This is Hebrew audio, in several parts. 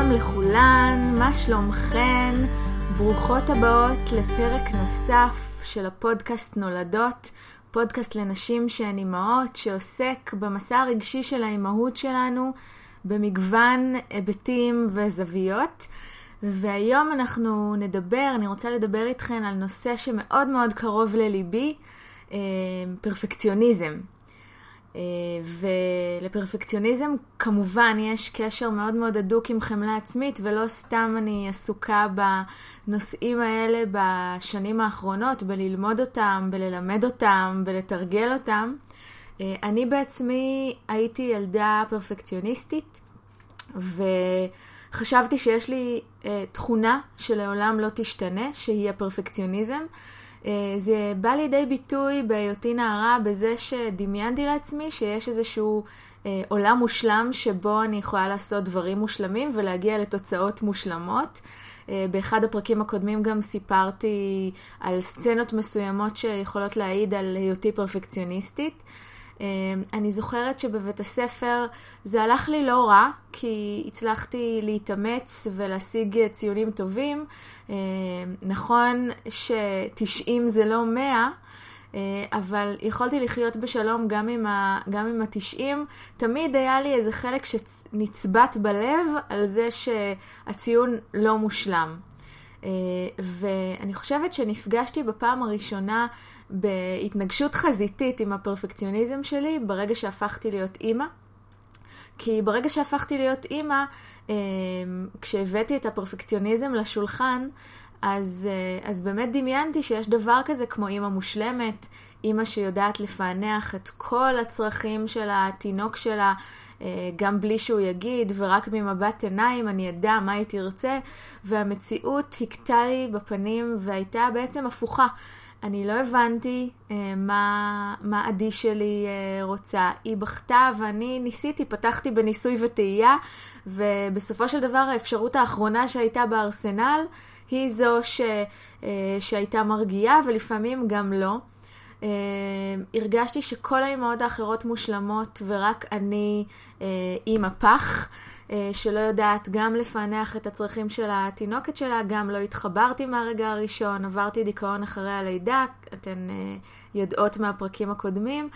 שלום לכולן, מה שלומכן? ברוכות הבאות לפרק נוסף של הפודקאסט נולדות, פודקאסט לנשים שהן אימהות, שעוסק במסע הרגשי של האימהות שלנו במגוון היבטים וזוויות. והיום אני רוצה לדבר איתכן על נושא שמאוד מאוד קרוב לליבי, פרפקציוניזם. ולפרפקציוניזם כמובן יש קשר מאוד מאוד הדוק עם חמלה עצמית, ולא סתם אני עסוקה בנושאים האלה בשנים האחרונות, בללמוד אותם, בללמד אותם, בלתרגל אותם. אני בעצמי הייתי ילדה פרפקציוניסטית, וחשבתי שיש לי תכונה שלעולם לא תשתנה, שהיא הפרפקציוניזם. זה בא לידי ביטוי בהיותי נערה בזה שדמיינתי לעצמי שיש איזשהו עולם מושלם שבו אני יכולה לעשות דברים מושלמים ולהגיע לתוצאות מושלמות. באחד הפרקים הקודמים גם סיפרתי על סצנות מסוימות שיכולות להעיד על היותי פרפקציוניסטית. אני זוכרת שבבית הספר זה הלך לי לא רע, כי הצלחתי להתאמץ ולהשיג ציונים טובים. נכון ש90 זה לא 100, אבל יכולתי לחיות בשלום גם עם ה90. תמיד היה לי איזה חלק שנצבט בלב על זה שהציון לא מושלם. ואני חושבת שנפגשתי בפעם הראשונה בהתנגשות חזיתית עם הפרפקציוניזם שלי ברגע שהפכתי להיות אימא. כי ברגע שהפכתי להיות אימא, כשהבאתי את הפרפקציוניזם לשולחן, אז באמת דמיינתי שיש דבר כזה כמו אימא מושלמת, אימא שיודעת לפענח את כל הצרכים של התינוק שלה, גם בלי שהוא יגיד, ורק ממבט עיניים אני ידע מה היא תרצה, והמציאות הכתה לי בפנים והייתה בעצם הפוכה. אני לא הבנתי מה עדי שלי רוצה. היא בכתה ואני ניסיתי, פתחתי בניסוי וטעייה, ובסופו של דבר האפשרות האחרונה שהייתה בארסנל היא זו שהייתה מרגיעה, ולפעמים גם לא. הרגשתי שכל האימהות האחרות מושלמות ורק אני אימא פח, שלא יודעת גם לפענח את הצרכים של התינוקת שלה, גם לא התחברתי מהרגע הראשון, עברתי דיכאון אחרי הלידה, אתן יודעות מהפרקים הקודמים,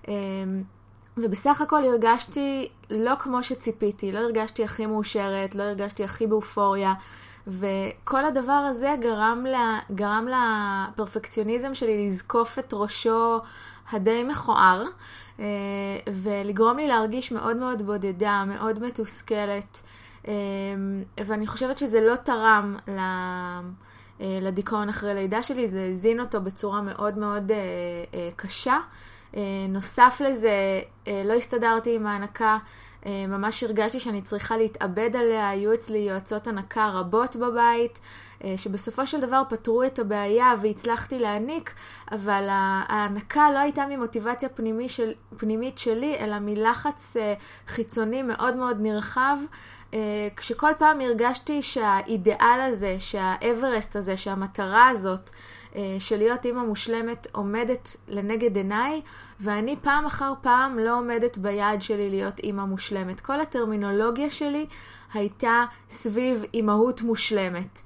ובסך הכל הרגשתי לא כמו שציפיתי, לא הרגשתי הכי מאושרת, לא הרגשתי הכי באופוריה, וכל הדבר הזה גרם לפרפקציוניזם שלי לזקוף את ראשו הדי מכוער, ולגרום לי להרגיש מאוד מאוד בודדה, מאוד מתוסכלת, ואני חושבת שזה לא תרם לדיכאון אחרי לידה שלי, זה הזין אותו בצורה מאוד מאוד קשה. נוסף לזה, לא הסתדרתי עם ההנקה, ממש הרגשתי שאני צריכה להתאבד עליה. היו אצלי יועצות הנקה רבות בבית, שבסופו של דבר פתרו את הבעיה והצלחתי להעניק, אבל ההנקה לא הייתה ממוטיבציה פנימית שלי, אלא מלחץ חיצוני מאוד מאוד נרחב, כשכל פעם הרגשתי שהאידיאל הזה, שהאברסט הזה, שהמטרה הזאת של להיות אימא מושלמת עומדת לנגד עיניי, ואני פעם אחר פעם לא עומדת ביעד שלי להיות אימא מושלמת. כל הטרמינולוגיה שלי הייתה סביב אימהות מושלמת.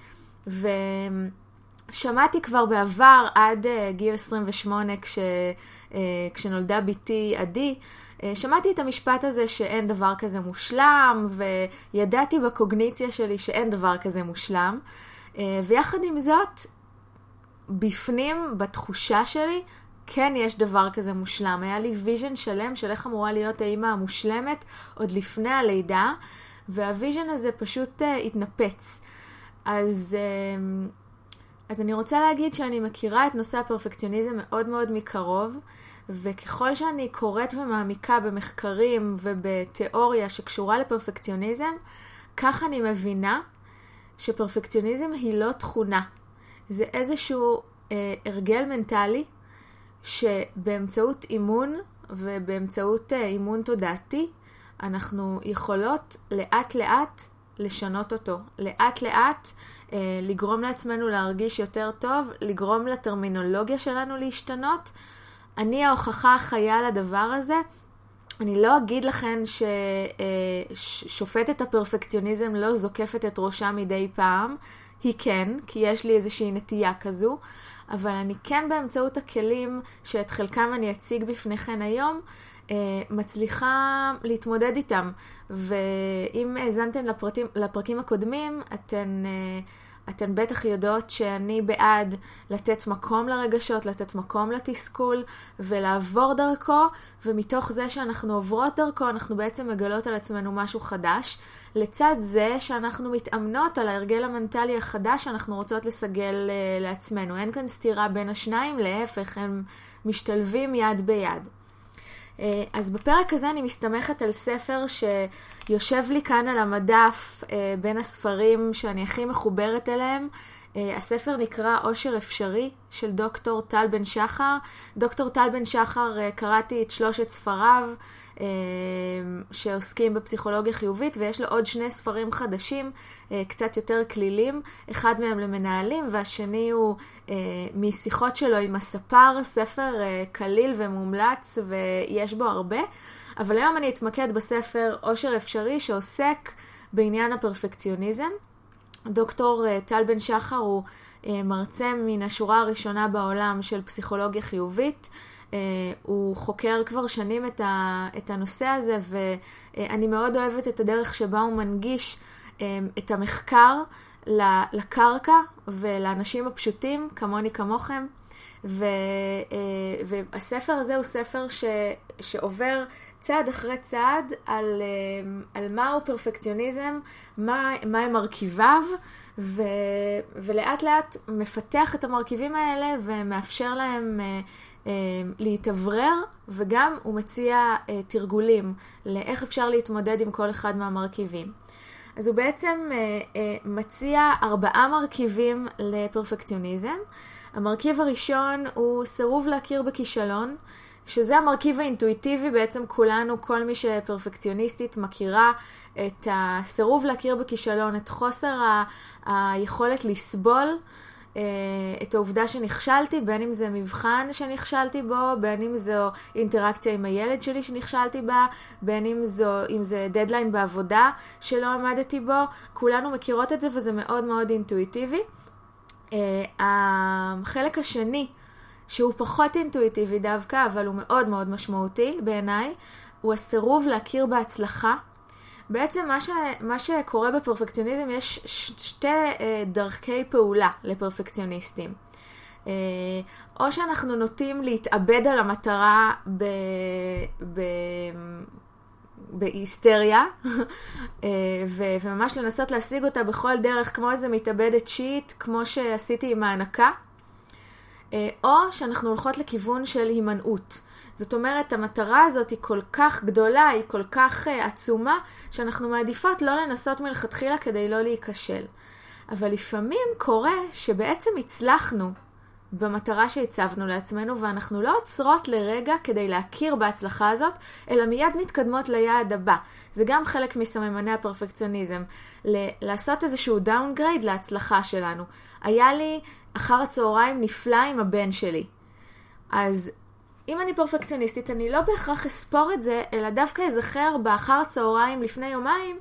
ושמעתי כבר בעבר עד גיל 28 כשנולדה ביתי עדי, שמעתי את המשפט הזה שאין דבר כזה מושלם, וידעתי בקוגניציה שלי שאין דבר כזה מושלם. ויחד עם זאת, בפנים, בתחושה שלי, כן יש דבר כזה מושלם. היה לי ויז'ן שלם של איך אמורה להיות האמא המושלמת עוד לפני הלידה, והוויז'ן הזה פשוט התנפץ. אז אני רוצה להגיד שאני מכירה את נושא הפרפקציוניזם מאוד מאוד מקרוב, וככל שאני קוראת ומעמיקה במחקרים ובתיאוריה שקשורה לפרפקציוניזם, כך אני מבינה שפרפקציוניזם היא לא תכונה. זה איזשהו הרגל מנטלי שבאמצעות אימון ובאמצעות אימון תודעתי אנחנו יכולות לאט לאט לשנות אותו. לאט לאט לגרום לעצמנו להרגיש יותר טוב, לגרום לטרמינולוגיה שלנו להשתנות. אני ההוכחה החיה לדבר הזה, אני לא אגיד לכם ששופטת הפרפקציוניזם לא זוקפת את ראשה מדי פעם, היא כן, כי יש לי איזושהי נטייה כזו, אבל אני כן באמצעות הכלים שאת חלקם אני אציג בפניכם היום, מצליחה להתמודד איתם. ואם האזנתן לפרקים הקודמים, אתן בטח יודעות שאני בעד לתת מקום לרגשות, לתת מקום לתסכול ולעבור דרכו, ומתוך זה שאנחנו עוברות דרכו אנחנו בעצם מגלות על עצמנו משהו חדש, לצד זה שאנחנו מתאמנות על ההרגל המנטלי החדש שאנחנו רוצות לסגל לעצמנו. אין כאן סתירה בין השניים, להפך, הם משתלבים יד ביד. אז בפרק הזה אני מסתמכת על ספר שיושב לי כאן על המדף בין הספרים שאני הכי מחוברת אליהם. הספר נקרא עושר אפשרי של דוקטור טל בן שחר. דוקטור טל בן שחר, קראתי את 3 ספריו שעוסקים בפסיכולוגיה חיובית, ויש לו עוד 2 ספרים חדשים, קצת יותר כלילים. אחד מהם למנהלים והשני הוא משיחות שלו עם הספר, ספר כליל ומומלץ ויש בו הרבה. אבל היום אני אתמקד בספר עושר אפשרי שעוסק בעניין הפרפקציוניזם. דוקטור טל בן שחר הוא מרצה מן השורה הראשונה בעולם של פסיכולוגיה חיובית. הוא חוקר כבר שנים את הנושא הזה, ואני מאוד אוהבת את הדרך שבה הוא מנגיש את המחקר לקרקע ולאנשים הפשוטים כמוני כמוכם. והספר הזה הוא ספר שעובר צעד אחרי צעד על מהו פרפקציוניזם, מה הם מרכיביו, ולאט לאט מפתח את המרכיבים האלה ומאפשר להם להתאוורר, וגם הוא מציע תרגולים לאיך אפשר להתמודד עם כל אחד מהמרכיבים. אז הוא בעצם מציע 4 מרכיבים לפרפקציוניזם. המרכיב הראשון הוא סירוב להכיר בכישלון, שזה המרכיב האינטואיטיבי. בעצם כולנו, כל מי שפרפקציוניסטית מכירה את הסירוב להכיר בכישלון, את חוסר היכולת לסבול את העובדה שנכשלתי, בין אם זה מבחן שנכשלתי בו, בין אם זו אינטראקציה עם הילד שלי שנכשלתי בה, בין אם זה דדליין בעבודה שלא עמדתי בו. כולנו מכירות את זה וזה מאוד מאוד אינטואיטיבי. החלק השני, שהוא פחות אינטואיטיבי דווקא, אבל הוא מאוד מאוד משמעותי בעיניי, הוא הסירוב להכיר בהצלחה. בעצם מה שקורה בפרפקציוניזם, יש 2 דרכי פעולה לפרפקציוניסטים. או שאנחנו נוטים להתאבד על המטרה בהיסטריה, וממש לנסות להשיג אותה בכל דרך, כמו איזה מתאבדת שיט, כמו שעשיתי עם הענקה. או שאנחנו הולכות לכיוון של הימנעות. זאת אומרת, המטרה הזאת היא כל כך גדולה, היא כל כך עצומה, שאנחנו מעדיפות לא לנסות מלכתחילה כדי לא להיכשל. אבל לפעמים קורה שבעצם הצלחנו במטרה שהצבנו לעצמנו, ואנחנו לא עוצרות לרגע כדי להכיר בהצלחה הזאת, אלא מיד מתקדמות ליעד הבא. זה גם חלק מסממני הפרפקציוניזם, לעשות איזשהו דאונגרייד להצלחה שלנו. היה לי אחר הצהריים נפלא עם הבן שלי. אז אם אני פרפקציוניסטית, אני לא בהכרח אספור את זה, אלא דווקא אזכר באחר הצהריים לפני יומיים,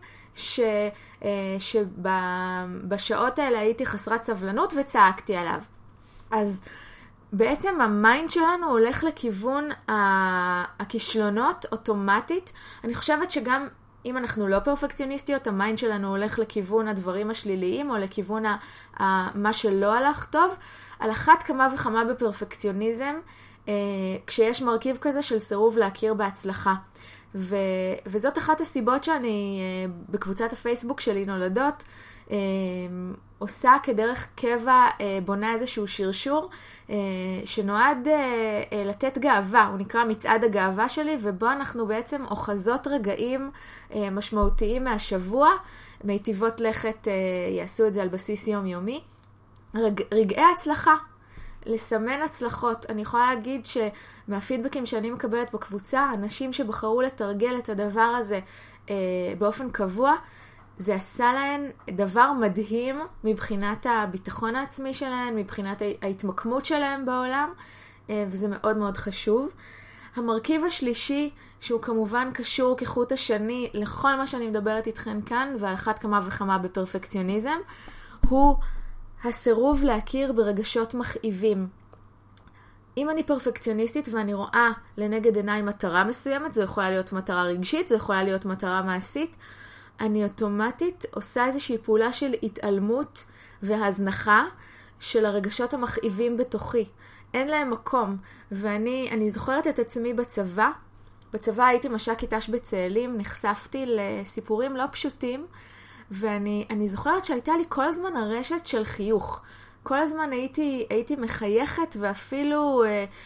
שבשעות האלה הייתי חסרת סבלנות וצעקתי עליו. אז בעצם המיינד שלנו הולך לכיוון הכישלונות אוטומטית. אני חושבת שגם אם אנחנו לא פרפקציוניסטיות, המיינד שלנו הולך לכיוון הדברים השליליים, או לכיוון מה שלא הלך טוב. על אחת כמה וכמה בפרפקציוניזם, כשיש מרכיב כזה של סירוב להכיר בהצלחה. וזאת אחת הסיבות שאני בקבוצת הפייסבוק שלי נולדות, עושה כדרך קבע, בונה איזשהו שרשור שנועד לתת גאווה. הוא נקרא מצעד הגאווה שלי, ובו אנחנו בעצם אוחזות רגעים משמעותיים מהשבוע. מיטיבות לכת יעשו את זה על בסיס יומיומי. רגעי הצלחה, לסמן הצלחות. אני יכולה להגיד שמהפידבקים שאני מקבלת בקבוצה, אנשים שבחרו לתרגל את הדבר הזה באופן קבוע, זה עשה להן דבר מדהים מבחינת הביטחון העצמי שלהן, מבחינת ההתמקמות שלהן בעולם, וזה מאוד מאוד חשוב. המרכיב השלישי שהוא כמובן קשור כחוט השני לכל מה שאני מדברת איתכן כאן, ועל אחת כמה וכמה בפרפקציוניזם, הוא הסירוב להכיר ברגשות מכאיבים. אם אני פרפקציוניסטית ואני רואה לנגד עיניי מטרה מסוימת, זו יכולה להיות מטרה רגשית, זו יכולה להיות מטרה מעשית, אני אוטומטית עושה איזושהי פעולה של התעלמות והזנחה של הרגשות המכאיבים בתוכי. אין להם מקום. ואני זוכרת את עצמי בצבא. בצבא הייתי מש"קית ת"ש בצאלים, נחשפתי לסיפורים לא פשוטים, ואני זוכרת שהייתה לי כל הזמן הרשת של חיוך. כל הזמן הייתי מחייכת, ואפילו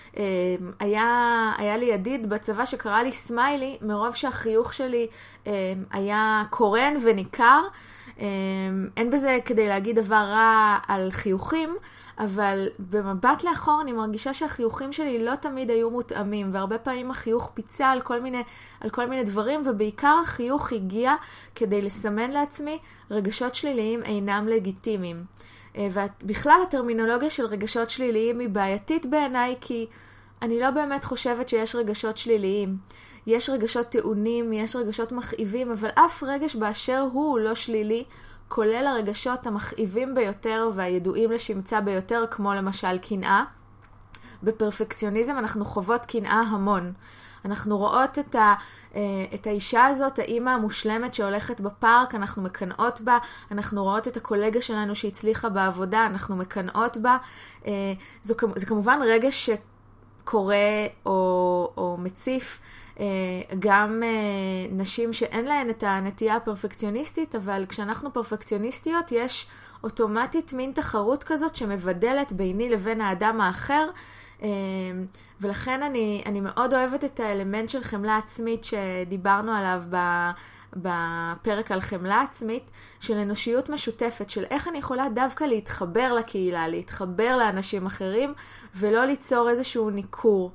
היה לי ידיד בצבא שקרא לי סמיילי, מרוב שהחיוך שלי היה קורן וניכר. אין בזה כדי להגיד דבר רע על חיוכים, אבל במבט לאחור אני מרגישה שהחיוכים שלי לא תמיד היו מותאמים, והרבה פעמים החיוך פיצה על כל מיני דברים, ובעיקר החיוך הגיע כדי לסמן לעצמי רגשות שליליים אינם לגיטימיים. ובכלל הטרמינולוגיה של רגשות שליליים היא בעייתית בעיניי, כי אני לא באמת חושבת שיש רגשות שליליים. יש רגשות טעונים, יש רגשות מכאיבים, אבל אף רגש באשר הוא לא שלילי, כולל הרגשות המכאיבים ביותר והידועים לשמצה ביותר, כמו למשל קנאה. בפרפקציוניזם אנחנו חוות קנאה המון. אנחנו רואות את האישה הזאת, האמא המושלמת שהולכת בפארק, אנחנו מקנאות בה, אנחנו רואות את הקולגה שלנו שהצליחה בעבודה, אנחנו מקנאות בה. זה כמובן רגש שקורה או מציף גם נשים שאין להן את הנטייה הפרפקציוניסטית, אבל כשאנחנו פרפקציוניסטיות יש אוטומטית מין תחרות כזאת שמבדלת ביני לבין האדם האחר, ולכן אני מאוד אוהבת את האלמנט של חמלה עצמית שדיברנו עליו בפרק על חמלה עצמית, של אנושיות משותפת, של איך אני יכולה דווקא להתחבר לקהילה, להתחבר לאנשים אחרים, ולא ליצור איזשהו ניכור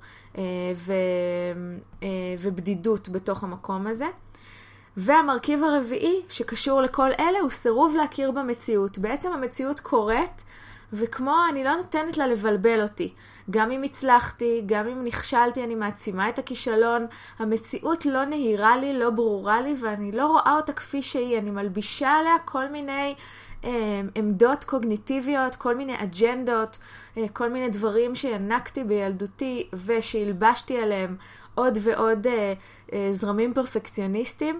ובדידות בתוך המקום הזה. והמרכיב הרביעי שקשור לכל אלה הוא סירוב להכיר במציאות. בעצם המציאות קורית, וכמו אני לא נותנת לה לבלבל אותי. גם אם הצלחתי, גם אם נכשלתי, אני מעצימה את הכישלון. המציאות לא נהירה לי, לא ברורה לי, ואני לא רואה אותה כפי שהיא. אני מלבישה עליה כל מיני עמדות קוגניטיביות, כל מיני אג'נדות, כל מיני דברים שינקתי בילדותי ושהלבשתי עליהם עוד ועוד זרמים פרפקציוניסטיים,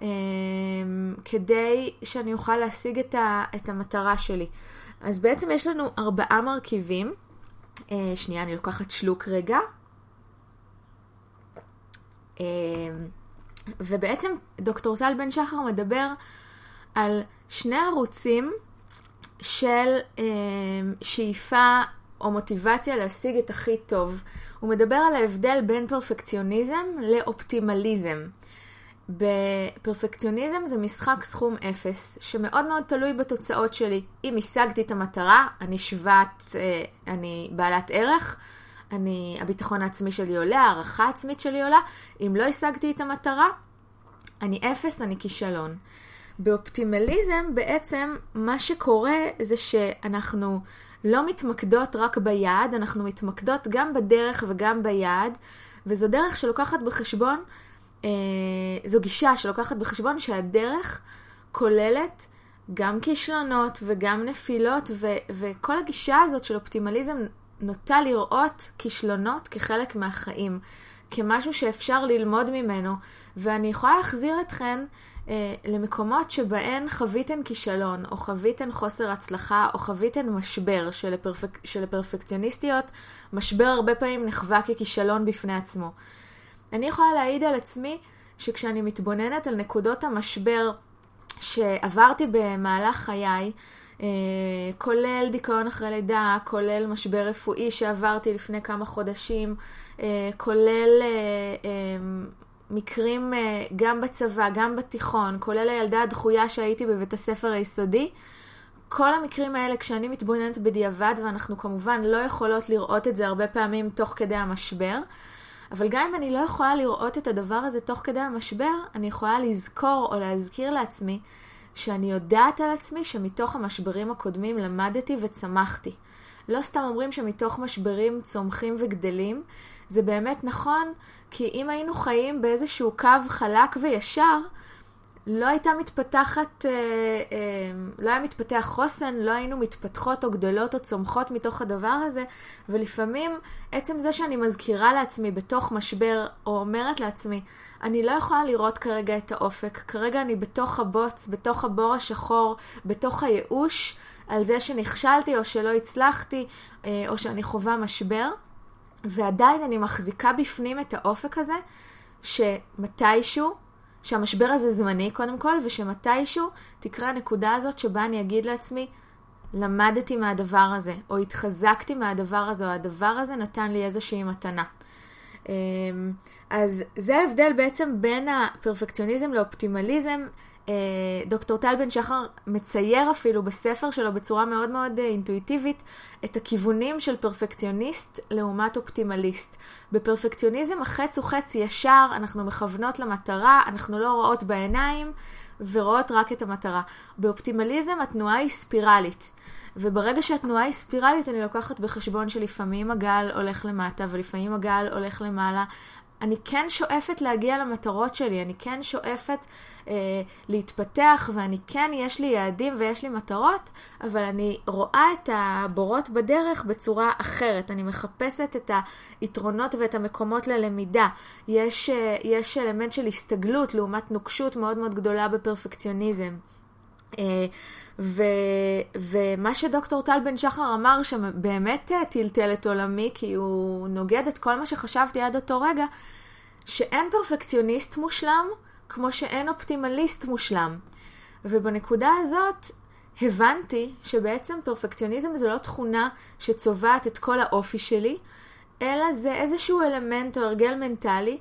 כדי שאני אוכל להשיג את המטרה שלי. אז בעצם יש לנו 4 מרכיבים. שנייה, אני לוקחת שלוק רגע. ובעצם דוקטור טל בן שחר מדבר על 2 ערוצים של שאיפה או מוטיבציה להשיג את הכי טוב. הוא מדבר על ההבדל בין פרפקציוניזם לאופטימליזם. בפרפקציוניזם זה משחק סכום 0, שמאוד מאוד תלוי בתוצאות שלי. אם השגתי את המטרה, אני שוות, אני בעלת ערך, הביטחון העצמי שלי עולה, הערכה העצמית שלי עולה. אם לא השגתי את המטרה, אני 0, אני כישלון. באופטימליזם בעצם מה שקורה זה שאנחנו לא מתמקדות רק ביעד, אנחנו מתמקדות גם בדרך וגם ביעד, וזו דרך שלוקחת בחשבון, זו גישה שלוקחת בחשבון שהדרך כוללת גם כישלונות וגם נפילות, וכל הגישה הזאת של אופטימליזם נוטה לראות כישלונות כחלק מהחיים, כמשהו שאפשר ללמוד ממנו, ואני יכולה להחזיר אתכן למקומות שבהן חוויתן כישלון, או חוויתן חוסר הצלחה, או חוויתן משבר שלפרפקציוניסטיות, משבר הרבה פעמים נחווה ככישלון בפני עצמו. אני יכולה להעיד על עצמי שכשאני מתבוננת על נקודות המשבר שעברתי במהלך חיי, כולל דיכאון אחרי לידה, כולל משבר רפואי שעברתי לפני כמה חודשים, כולל מקרים גם בצבא, גם בתיכון, כולל הילדה הדחויה שהייתי בבית הספר היסודי. כל המקרים האלה כשאני מתבוננת בדיעבד, ואנחנו כמובן לא יכולות לראות את זה הרבה פעמים תוך כדי המשבר, אבל גם אם אני לא יכולה לראות את הדבר הזה תוך כדי המשבר, אני יכולה לזכור או להזכיר לעצמי שאני יודעת על עצמי שמתוך המשברים הקודמים למדתי וצמחתי. לא סתם אומרים שמתוך משברים צומחים וגדלים. זה באמת נכון, כי אם היינו חיים באיזשהו קו חלק וישר, לא היה מתפתח חוסן, לא היינו מתפתחות או גדלות או צומחות מתוך הדבר הזה, ולפעמים עצם זה שאני מזכירה לעצמי בתוך משבר, או אומרת לעצמי, אני לא יכולה לראות כרגע את האופק, כרגע אני בתוך הבוץ, בתוך הבור השחור, בתוך הייאוש, על זה שנכשלתי או שלא הצלחתי, או שאני חווה משבר, ועדיין אני מחזיקה בפנים את האופק הזה, שהמשבר הזה זמני קודם כל, ושמתישהו תקרה הנקודה הזאת שבה אני אגיד לעצמי, למדתי מהדבר הזה, או התחזקתי מהדבר הזה, או הדבר הזה נתן לי איזושהי מתנה. אז זה ההבדל בעצם בין הפרפקציוניזם לאופטימליזם. דוקטור טל בן שחר מצייר אפילו בספר שלו בצורה מאוד מאוד אינטואיטיבית את הכיוונים של פרפקציוניסט לעומת אופטימליסט. בפרפקציוניזם החץ הוא חץ ישר, אנחנו מכוונות למטרה, אנחנו לא רואות בעיניים ורואות רק את המטרה. באופטימליזם התנועה היא ספירלית, וברגע שהתנועה היא ספירלית אני לוקחת בחשבון שלפעמים הגל הולך למטה ולפעמים הגל הולך למעלה. אני כן שואפת להגיע למטרות שלי, אני כן שואפת להתפתח, ואני כן, יש לי יעדים ויש לי מטרות, אבל אני רואה את הבורות בדרך בצורה אחרת. אני מחפשת את היתרונות ואת המקומות ללמידה. יש אלמנט של הסתגלות לעומת נוקשות מאוד מאוד גדולה בפרפקציוניזם. ומה שדוקטור טל בן שחר אמר שבאמת טלטל את עולמי, כי הוא נוגד את כל מה שחשבתי עד אותו רגע, שאין פרפקציוניסט מושלם כמו שאין אופטימליסט מושלם. ובנקודה הזאת הבנתי שבעצם פרפקציוניזם זה לא תכונה שצובעת את כל האופי שלי, אלא זה איזשהו אלמנט או הרגל מנטלי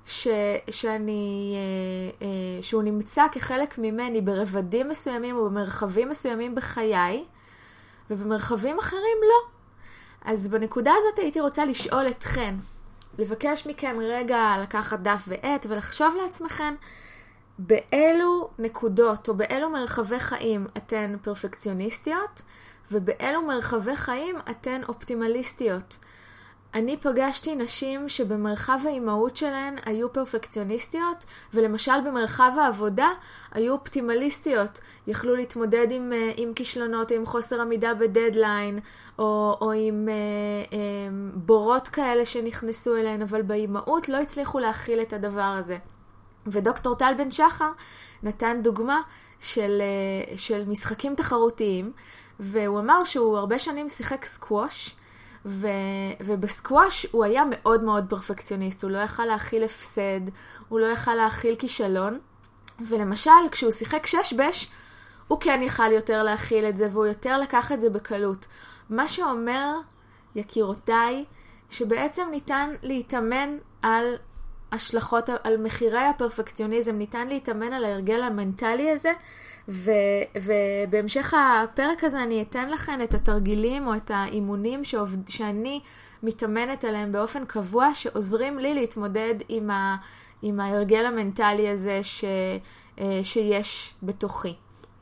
שהוא נמצא כחלק ממני ברבדים מסוימים או במרחבים מסוימים בחיי, ובמרחבים אחרים לא. אז בנקודה הזאת הייתי רוצה לשאול אתכן, לבקש מכן רגע לקחת דף ועט ולחשוב לעצמכן באילו נקודות או באילו מרחבי חיים אתן פרפקציוניסטיות ובאילו מרחבי חיים אתן אופטימליסטיות. אני פגשתי נשים שבמרחב האימהות שלהן היו פרפקציוניסטיות, ולמשל במרחב העבודה היו אופטימליסטיות. יכלו להתמודד עם כישלונות, עם חוסר עמידה בדדליין, או עם בורות כאלה שנכנסו אליהן, אבל באימהות לא הצליחו להכיל את הדבר הזה. ודוקטור טל בן שחר נתן דוגמה של משחקים תחרותיים, והוא אמר שהוא הרבה שנים שיחק סקווש, ובסקווש הוא היה מאוד מאוד פרפקציוניסט, הוא לא יכל להכיל הפסד, הוא לא יכל להכיל כישלון, ולמשל כשהוא שיחק ששבש, הוא כן יכל יותר להכיל את זה, והוא יותר לקח את זה בקלות. מה שאומר, יקירותיי, שבעצם ניתן להתאמן על השלכות, על מחירי הפרפקציוניזם, ניתן להתאמן על ההרגל המנטלי הזה, ובהמשך הפרק הזה אני אתן לכם את התרגילים או את האימונים שאני מתאמנת עליהם באופן קבוע, שעוזרים לי להתמודד עם ההרגל המנטלי הזה שיש בתוכי.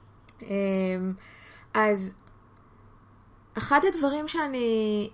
אז אחד הדברים שאני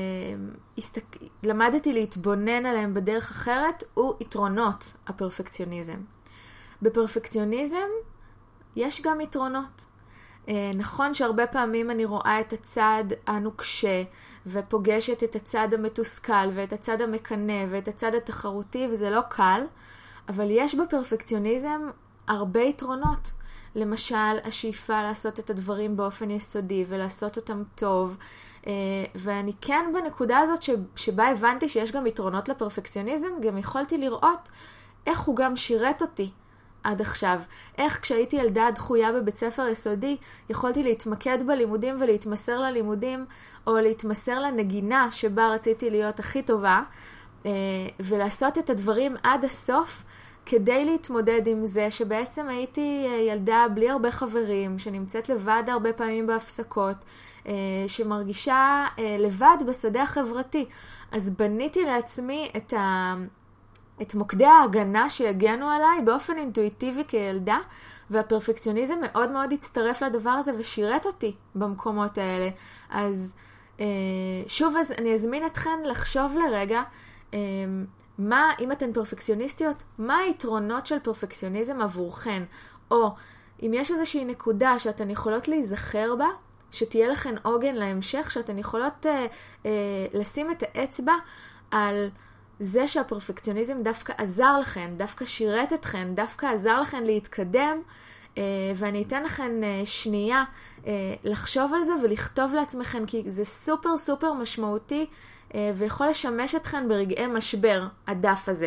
למדתי להתבונן עליהם בדרך אחרת הוא יתרונות הפרפקציוניזם. בפרפקציוניזם יש גם יתרונות. נכון שהרבה פעמים אני רואה את הצד הנוקשה ופוגשת את הצד המתוסכל ואת הצד המקנה ואת הצד התחרותי, וזה לא קל, אבל יש בפרפקציוניזם הרבה יתרונות. למשל, השאיפה לעשות את הדברים באופן יסודי ולעשות אותם טוב. ואני כן בנקודה הזאת שבה הבנתי שיש גם יתרונות לפרפקציוניזם, גם יכולתי לראות איך הוא גם שירת אותי עד עכשיו. איך כשהייתי ילדה דחויה בבית ספר יסודי, יכולתי להתמקד בלימודים ולהתמסר ללימודים, או להתמסר לנגינה שבה רציתי להיות הכי טובה, ולעשות את הדברים עד הסוף, כדי להתמודד עם זה שבעצם הייתי ילדה בלי הרבה חברים, שנמצאת לבד הרבה פעמים בהפסקות, שמרגישה לבד בשדה החברתי. אז בניתי לעצמי את מוקדי ההגנה שיגנו עליי באופן אינטואיטיבי כילדה, והפרפקציוניזם מאוד מאוד הצטרף לדבר הזה ושירת אותי במקומות האלה. אז שוב, אז אני אזמין אתכן לחשוב לרגע, אם אתן פרפקציוניסטיות, מה היתרונות של פרפקציוניזם עבורכן? או אם יש איזושהי נקודה שאתן יכולות להיזכר בה, שתהיה לכן עוגן להמשך, שאתן יכולות לשים את האצבע על זה שהפרפקציוניזם דווקא עזר לכן, דווקא שירת אתכן, דווקא עזר לכן להתקדם, ואני אתן לכן שנייה לחשוב על זה ולכתוב לעצמכן, כי זה סופר סופר משמעותי, ויכול לשמש אתכן ברגעי משבר, הדף הזה.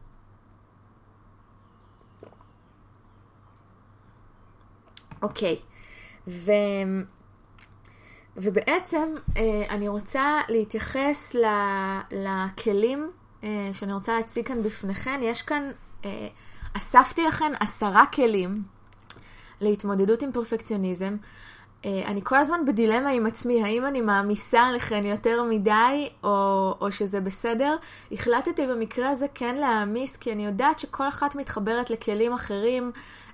אוקיי, ובעצם אני רוצה להתייחס לכלים שאני רוצה להציג כאן בפניכן. יש כאן, אספתי לכן 10 כלים להתמודדות עם פרפקציוניזם. אני כל הזמן בדילמה עם עצמי, האם אני מעמיסה עליכן יותר מדי או שזה בסדר. החלטתי במקרה הזה כן להעמיס, כי אני יודעת שכל אחת מתחברת לכלים אחרים,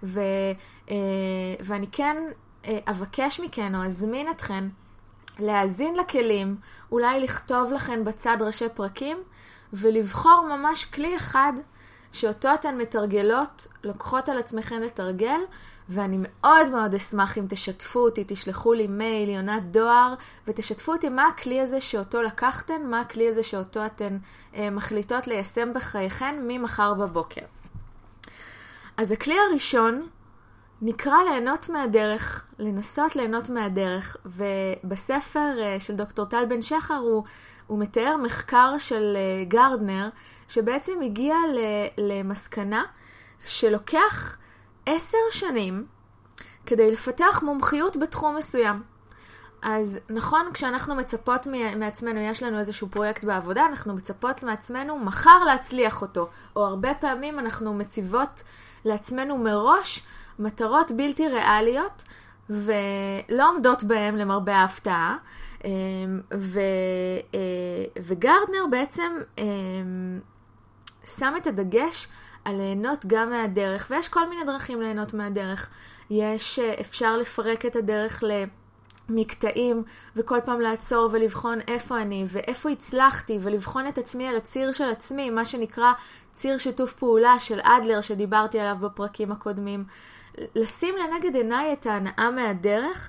ואני כן אבקש מכן או אזמין אתכן להאזין לכלים, אולי לכתוב לכן בצד ראשי פרקים, ולבחור ממש כלי אחד שאותו אתן מתרגלות, לוקחות על עצמכן לתרגל, ואני מאוד מאוד אשמח אם תשתפו אותי, תשלחו לי מייל, יונת דואר, ותשתפו אותי מה הכלי הזה שאותו לקחתן, מה הכלי הזה שאותו אתן מחליטות ליישם בחייכן ממחר בבוקר. אז הכלי הראשון נקרא ליהנות מהדרך, לנסות ליהנות מהדרך, ובספר של דוקטור טל בן שחר הוא מתאר מחקר של גרדנר, שבעצם הגיע למסקנה שלוקח 10 שנים כדי לפתח מומחיות בתחום מסוים. אז נכון, כשאנחנו מצפות מעצמנו, יש לנו איזשהו פרויקט בעבודה, אנחנו מצפות מעצמנו מחר להצליח אותו, או הרבה פעמים אנחנו מציבות לעצמנו מראש מטרות בלתי ריאליות, ולא עומדות בהם למרבה ההפתעה, וגרדנר בעצם שם את הדגש על ליהנות גם מהדרך, ויש כל מיני דרכים ליהנות מהדרך. אפשר לפרק את הדרך למקטעים, וכל פעם לעצור ולבחון איפה אני, ואיפה הצלחתי, ולבחון את עצמי על הציר של עצמי, מה שנקרא ציר שיתוף פעולה של אדלר, שדיברתי עליו בפרקים הקודמים. לשים לנגד עיניי את ההנאה מהדרך,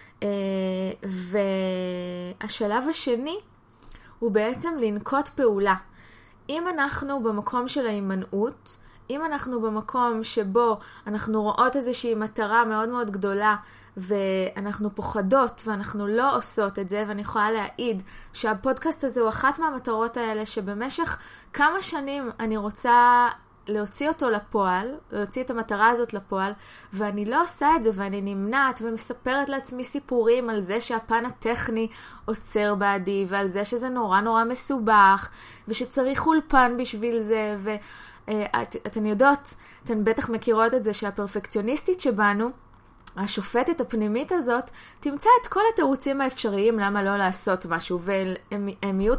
והשלב השני הוא בעצם לנקוט פעולה. אם אנחנו במקום של ההימנעות, אם אנחנו במקום שבו אנחנו רואות איזושהי מטרה מאוד מאוד גדולה, ואנחנו פוחדות ואנחנו לא עושות את זה, ואני יכולה להעיד שהפודקאסט הזה הוא אחת מהמטרות האלה, שבמשך כמה שנים אני רוצה להוציא אותו לפועל, להוציא את המטרה הזאת לפועל, ואני לא עושה את זה, ואני נמנעת ומספרת לעצמי סיפורים על זה שהפן הטכני עוצר בעדי, ועל זה שזה נורא נורא מסובך, ושצריך אולפן בשביל זה, ואתן יודעות, אתן בטח מכירות את זה שהפרפקציוניסטית שבנו, השופטת הפנימית הזאת, תמצא את כל התירוצים האפשריים למה לא לעשות משהו, והם יהיו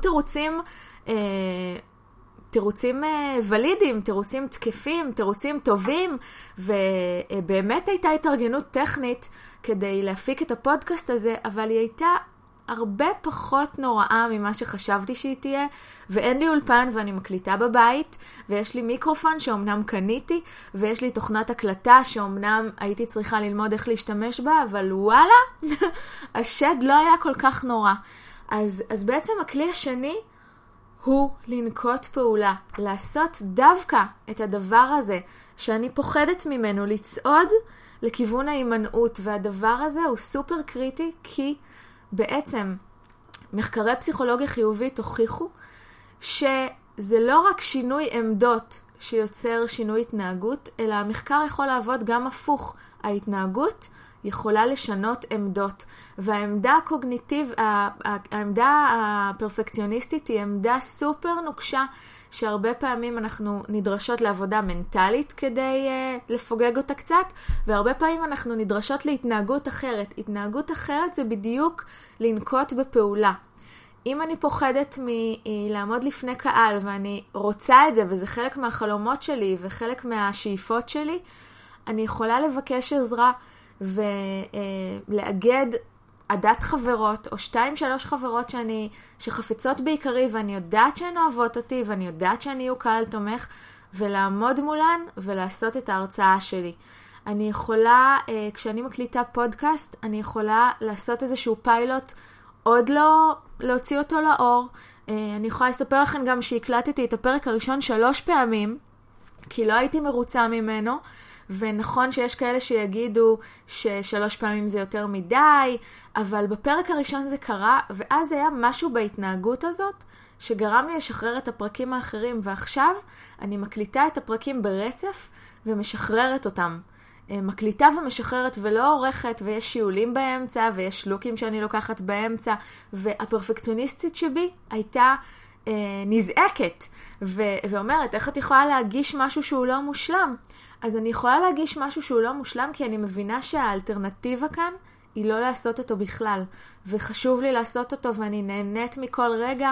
תירוצים ולידיים, תירוצים תקפים, תירוצים טובים, ובאמת הייתה התארגנות טכנית כדי להפיק את הפודקאסט הזה, אבל היא הייתה הרבה פחות נוראה ממה שחשבתי שהיא תהיה, ואין לי אולפן ואני מקליטה בבית, ויש לי מיקרופון שאומנם קניתי, ויש לי תוכנת הקלטה שאומנם הייתי צריכה ללמוד איך להשתמש בה, אבל וואלה, השד לא היה כל כך נורא. אז בעצם הכלי השני הוא לנקוט פעולה, לעשות דווקא את הדבר הזה שאני פוחדת ממנו, לצעוד לכיוון ההימנעות, והדבר הזה הוא סופר קריטי, כי בעצם מחקרי פסיכולוגיה חיובית הוכיחו שזה לא רק שינוי עמדות שיוצר שינוי התנהגות, אלא המחקר יכול לעבוד גם הפוך. ההתנהגות יכולה לשנות עמדות, והעמדה הקוגניטיב, העמדה הפרפקציוניסטית היא עמדה סופר נוקשה, שהרבה פעמים אנחנו נדרשות לעבודה מנטלית כדי לפוגג אותה קצת, והרבה פעמים אנחנו נדרשות להתנהגות אחרת. התנהגות אחרת זה בדיוק לנקוט בפעולה. אם אני פוחדת מלעמוד לפני קהל, ואני רוצה את זה, וזה חלק מהחלומות שלי וחלק מהשאיפות שלי, אני יכולה לבקש עזרה ולאגד עדת חברות, או 2-3 חברות שחפצות בעיקרי, ואני יודעת שהן אוהבות אותי, ואני יודעת שאני יהיו קהל תומך, ולעמוד מולן, ולעשות את ההרצאה שלי. אני יכולה, כשאני מקליטה פודקאסט, אני יכולה לעשות איזשהו פיילוט, עוד לא להוציא אותו לאור. אני יכולה לספר לכם גם שהקלטתי את הפרק הראשון 3 פעמים, כי לא הייתי מרוצה ממנו, ונכון שיש כאלה שיגידו ש3 פעמים זה יותר מדי, אבל בפרק הראשון זה קרה, ואז היה משהו בהתנהגות הזאת, שגרם לי לשחרר את הפרקים האחרים, ועכשיו אני מקליטה את הפרקים ברצף, ומשחררת אותם. מקליטה ומשחררת ולא עורכת, ויש שיעולים באמצע, ויש לוקים שאני לוקחת באמצע, והפרפקציוניסטית שבי הייתה נזעקת, ואומרת, איך את יכולה להגיש משהו שהוא לא מושלם? אז אני יכולה להגיש משהו שהוא לא מושלם, כי אני מבינה שהאלטרנטיבה כאן היא לא לעשות אותו בכלל, וחשוב לי לעשות אותו, ואני נהנית מכל רגע,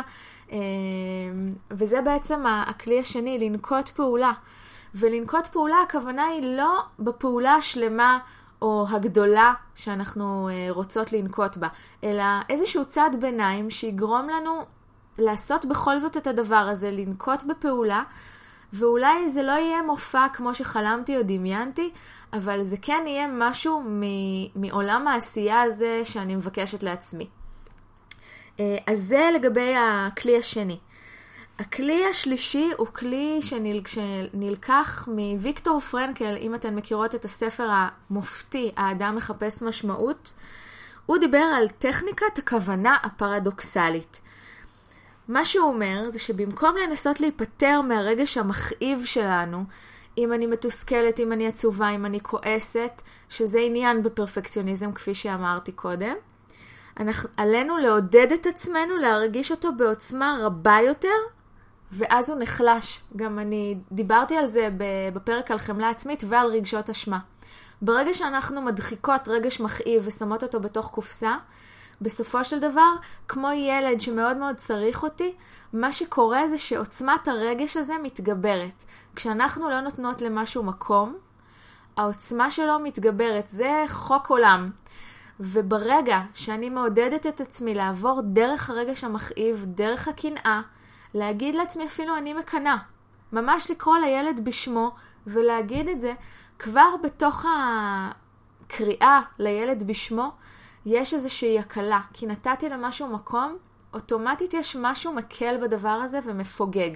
וזה בעצם הכלי השני, לנקוט פעולה. ולנקוט פעולה, הכוונה היא לא בפעולה השלמה או הגדולה שאנחנו רוצות לנקוט בה, אלא איזשהו צעד ביניים שיגרום לנו לעשות בכל זאת את הדבר הזה, לנקוט בפעולה, ואולי זה לא יהיה מופע כמו שחלמתי או דמיינתי, אבל זה כן יהיה משהו מעולם העשייה הזה שאני מבקשת לעצמי. אז זה לגבי הכלי השני. הכלי השלישי הוא כלי שנלקח מוויקטור פרנקל, אם אתן מכירות את הספר המופתי, האדם מחפש משמעות. הוא דיבר על טכניקת הכוונה הפרדוקסלית. מה שהוא אומר זה שבמקום לנסות להיפטר מהרגש המכאיב שלנו, אם אני מתוסכלת, אם אני עצובה, אם אני כועסת, שזה עניין בפרפקציוניזם כפי שאמרתי קודם, עלינו לעודד את עצמנו להרגיש אותו בעוצמה רבה יותר, ואז הוא נחלש. גם אני דיברתי על זה בפרק על חמלה עצמית ועל רגשות אשמה. ברגע שאנחנו מדחיקות רגש מכאיב ושמות אותו בתוך קופסה, בסופו של דבר, כמו ילד שמאוד מאוד צריך אותי, מה שקורה זה שעוצמת הרגש הזה מתגברת. כשאנחנו לא נותנות למשהו מקום, העוצמה שלו מתגברת. זה חוק עולם. וברגע שאני מעודדת את עצמי לעבור דרך הרגש המכאיב, דרך הקנאה, להגיד לעצמי אפילו אני מקנה, ממש לקרוא לילד בשמו ולהגיד את זה, כבר בתוך הקריאה לילד בשמו, יש איזושהי הקלה, כי נתתי למשהו מקום, אוטומטית יש משהו מקל בדבר הזה ומפוגג.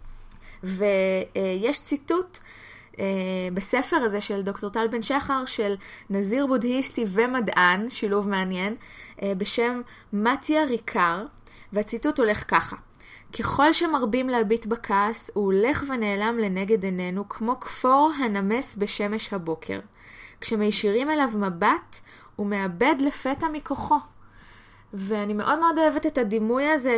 ויש ציטוט בספר הזה של דוקטור טל בן שחר, של נזיר בודהיסטי ומדען, שילוב מעניין, בשם מתיה ריקר, והציטוט הולך ככה: ככל שמרבים להביט בכעס, הוא הולך ונעלם לנגד עינינו כמו כפור הנמס בשמש הבוקר. כשמישירים אליו מבט, הוא מאבד לפתע מכוחו. ואני מאוד מאוד אוהבת את הדימוי הזה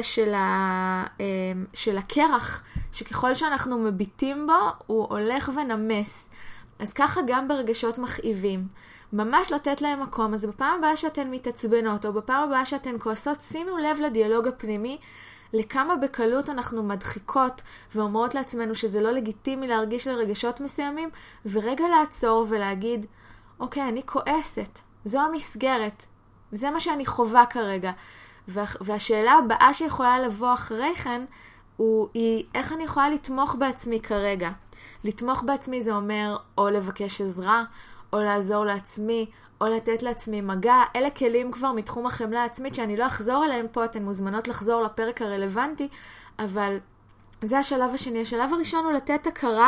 של הקרח, שככל שאנחנו מביטים בו, הוא הולך ונמס. אז ככה גם ברגשות מכאיבים. ממש לתת להם מקום. אז בפעם הבאה שאתן מתעצבנות, או בפעם הבאה שאתן כועסות, שימו לב לדיאלוג הפנימי, לכמה בקלות אנחנו מדחיקות ואומרות לעצמנו שזה לא לגיטימי להרגיש לרגשות מסוימים, ורגע לעצור ולהגיד, אוקיי, אני כועסת. זו המסגרת. זה מה שאני כרגע. והשאלה הבאה שיכולה לבוא אחרי כן, היא איך אני יכולה לתמוך בעצמי כרגע. לתמוך בעצמי זה אומר או לבקש עזרה, או לעזור לעצמי, או לתת לעצמי מגע. אלה כלים כבר מתחום החמלה העצמית שאני לא אחזור אליהם פה, אתן מוזמנות לחזור לפרק הרלוונטי, אבל זה השלב השני. השלב הראשון הוא לתת הכרה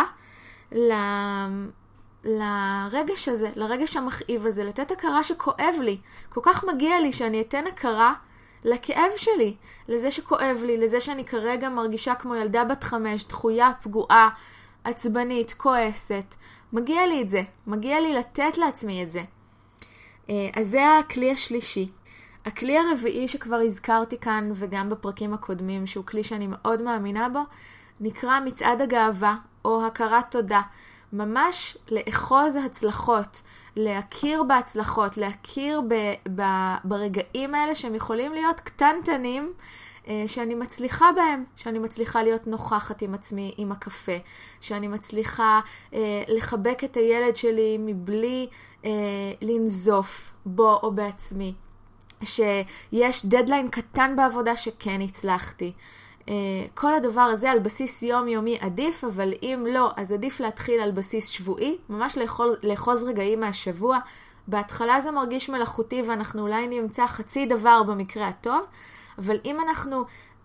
לרגש הזה, לרגש המכאיב הזה, לתת הכרה שכואב לי. כל כך מגיע לי שאני אתן הכרה לכאב שלי, לזה שכואב לי, לזה שאני כרגע מרגישה כמו ילדה בת 5, דחויה, פגועה, עצבנית, כועסת. מגיע לי את זה, מגיע לי לתת לעצמי את זה. אז זה הכלי השלישי. הכלי הרביעי שכבר הזכרתי כאן וגם בפרקים הקודמים, שהוא כלי שאני מאוד מאמינה בו, נקרא מצעד הגאווה או הכרת תודה. ממש לאחוז הצלחות, להכיר בהצלחות, להכיר ברגעים האלה שהם יכולים להיות קטנטנים, שאני מצליחה בהם, שאני מצליחה להיות נוכחת עם עצמי, עם הקפה, שאני מצליחה לחבק את הילד שלי מבלי לנזוף בו או בעצמי, שיש דדליין קטן בעבודה שכן הצלחתי. כל הדבר הזה על בסיס יומיומי עדיף, אבל אם לא, אז עדיף להתחיל על בסיס שבועי, ממש לאחוז רגעים מהשבוע. בהתחלה זה מרגיש מלאכותי ואנחנו אולי נמצא חצי דבר במקרה הטוב, אבל אם אנחנו